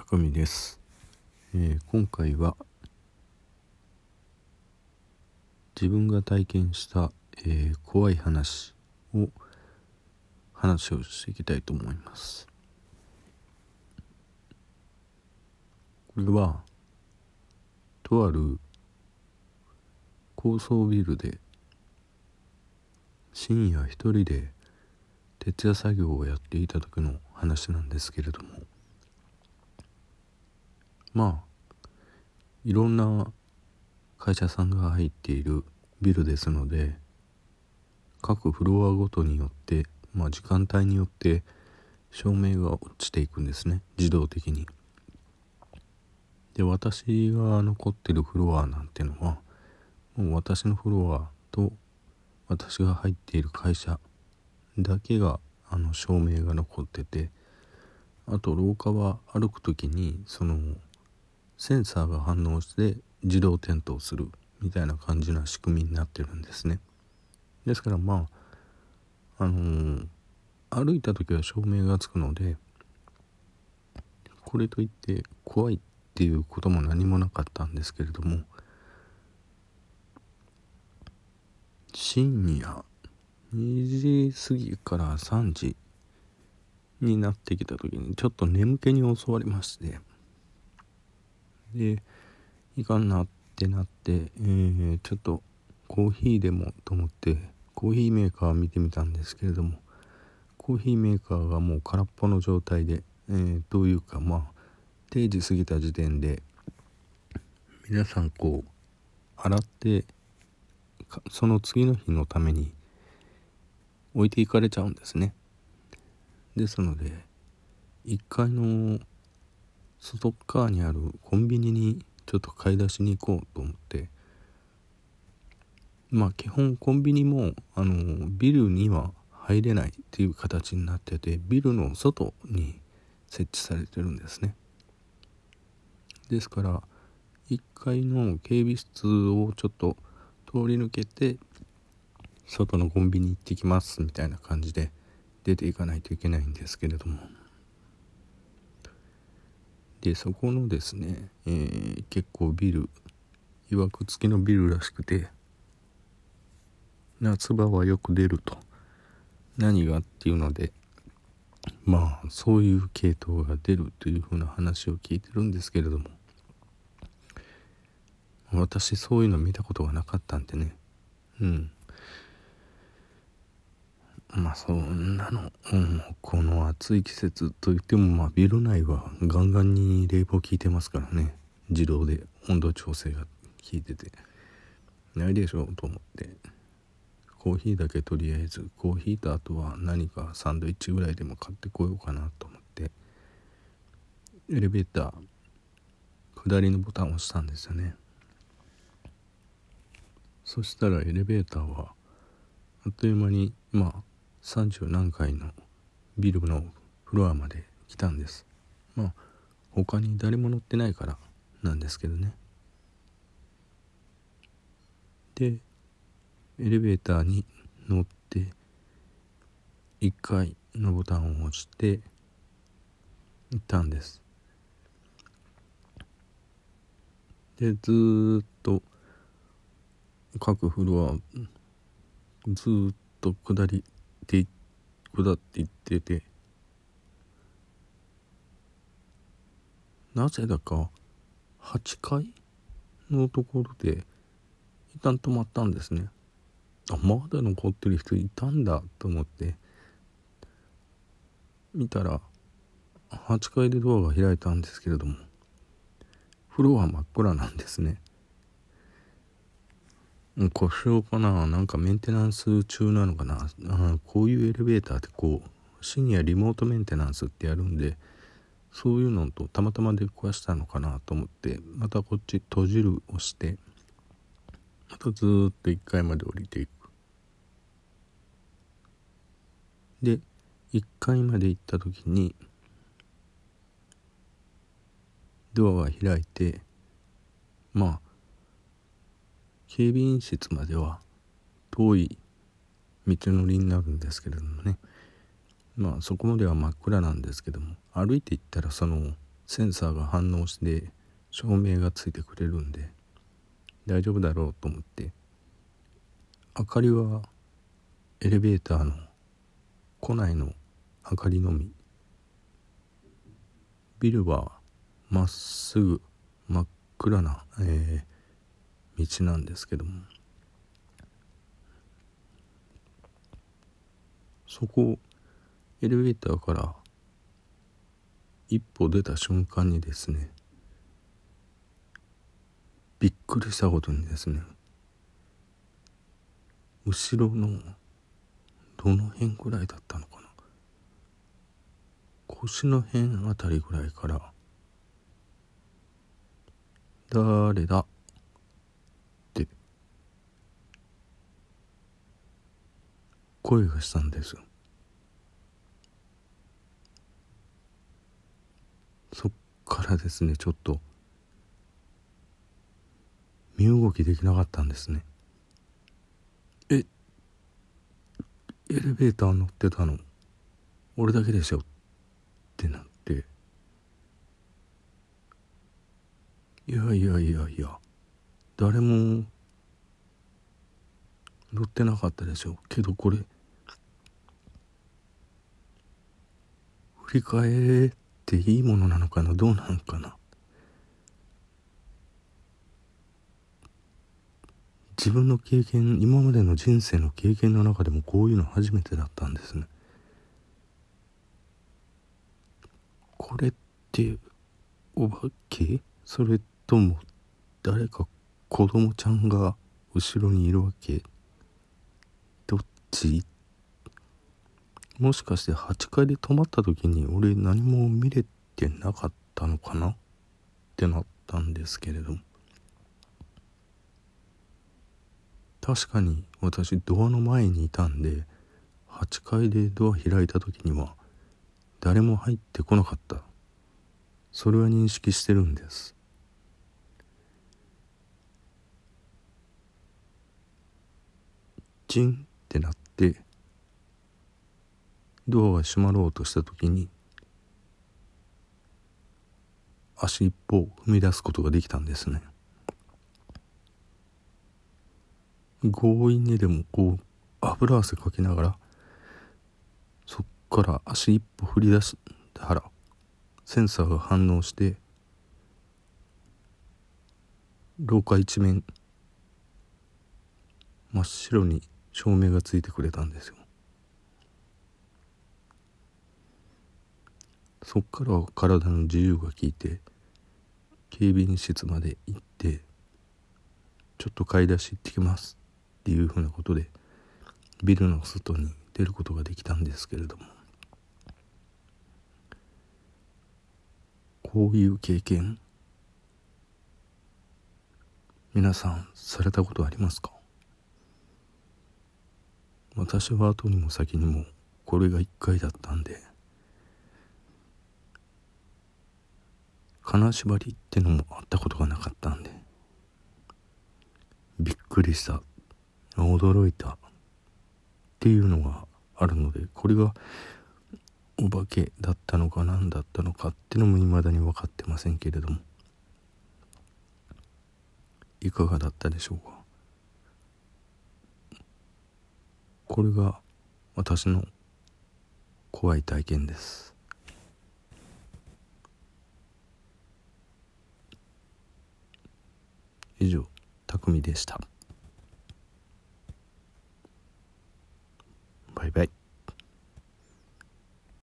匠です。今回は自分が体験した、怖い話をしていきたいと思います。これはとある高層ビルで深夜一人で徹夜作業をやっていた時の話なんですけれども、いろんな会社さんが入っているビルですので、各フロアごとによって、時間帯によって照明が落ちていくんですね、自動的に。で、私が残ってるフロアなんてのはもう私のフロアと私が入っている会社だけが照明が残ってて、あと廊下は歩くときにそのセンサーが反応して自動点灯するみたいな感じな仕組みになってるんですね。ですから歩いた時は照明がつくので、これといって怖いっていうことも何もなかったんですけれども、深夜2時過ぎから3時になってきた時にちょっと眠気に襲われまして、でいかんなってなって、ちょっとコーヒーでもと思ってコーヒーメーカーを見てみたんですけれども、コーヒーメーカーがもう空っぽの状態で、どういうか定時過ぎた時点で皆さん洗ってその次の日のために置いていかれちゃうんですね。ですので1階の外側にあるコンビニにちょっと買い出しに行こうと思って、基本コンビニもビルには入れないっていう形になってて、ビルの外に設置されてるんですね。ですから1階の警備室をちょっと通り抜けて外のコンビニ行ってきますみたいな感じで出ていかないといけないんですけれども、でそこのですね、結構ビル曰く付きのビルらしくて、夏場はよく出ると。何がっていうので、そういう系統が出るというふうな話を聞いてるんですけれども、私そういうの見たことがなかったんでね。そんなの、この暑い季節といってもビル内はガンガンに冷房効いてますからね、自動で温度調整が効いててないでしょうと思って、コーヒーだけとりあえずコーヒーとあとは何かサンドイッチぐらいでも買ってこようかなと思ってエレベーター下りのボタンを押したんですよね。そしたらエレベーターはあっという間に30何階のビルのフロアまで来たんです。他に誰も乗ってないからなんですけどね。でエレベーターに乗って1階のボタンを押して行ったんです。でずーっと各フロアずーっと下っていってて、なぜだか8階のところで一旦止まったんですね。まだ残ってる人いたんだと思って見たら、8階でドアが開いたんですけれども、フロア真っ暗なんですね。故障かな、なんかメンテナンス中なのかな。こういうエレベーターって深夜リモートメンテナンスってやるんで、そういうのとたまたま出くわしたのかなと思って、またこっち閉じる押して、またずーっと1階まで降りていく。で1階まで行った時にドアが開いて、警備員室までは遠い道のりになるんですけれどもね、そこまでは真っ暗なんですけども、歩いていったらそのセンサーが反応して照明がついてくれるんで大丈夫だろうと思って、明かりはエレベーターの庫内の明かりのみ、ビルはまっすぐ真っ暗な、道なんですけども、そこエレベーターから一歩出た瞬間にですね、びっくりしたことにですね、後ろのどの辺ぐらいだったのかな、腰の辺あたりぐらいから誰だって声がしたんですよ。そっからですね、ちょっと身動きできなかったんですね。エレベーター乗ってたの俺だけでしょってなって、いや誰も乗ってなかったでしょけど、これ振り返っていいものなのかな、どうなのかな。自分の経験、今までの人生の経験の中でもこういうの初めてだったんですね。これってお化け、それとも誰か子供ちゃんが後ろにいるわけ、どっち。もしかして8階で止まった時に俺何も見れてなかったのかなってなったんですけれども、確かに私ドアの前にいたんで、8階でドア開いた時には誰も入ってこなかった、それは認識してるんです。チンってなってドアが閉まろうとした時に足一歩踏み出すことができたんですね。強引にでもこう油汗かきながら、そっから足一歩振り出したらセンサーが反応して廊下一面真っ白に照明がついてくれたんですよ。そっからは体の自由が利いて警備員室まで行って、ちょっと買い出し行ってきますっていうふうなことでビルの外に出ることができたんですけれども、こういう経験皆さんされたことありますか？私は後にも先にもこれが1回だったんで、金縛りってのもあったことがなかったんで、びっくりした、驚いたっていうのがあるので、これがお化けだったのか何だったのかってのも未だに分かってませんけれども、いかがだったでしょうか。これが私の怖い体験です。以上、たくみでした。バイバイ。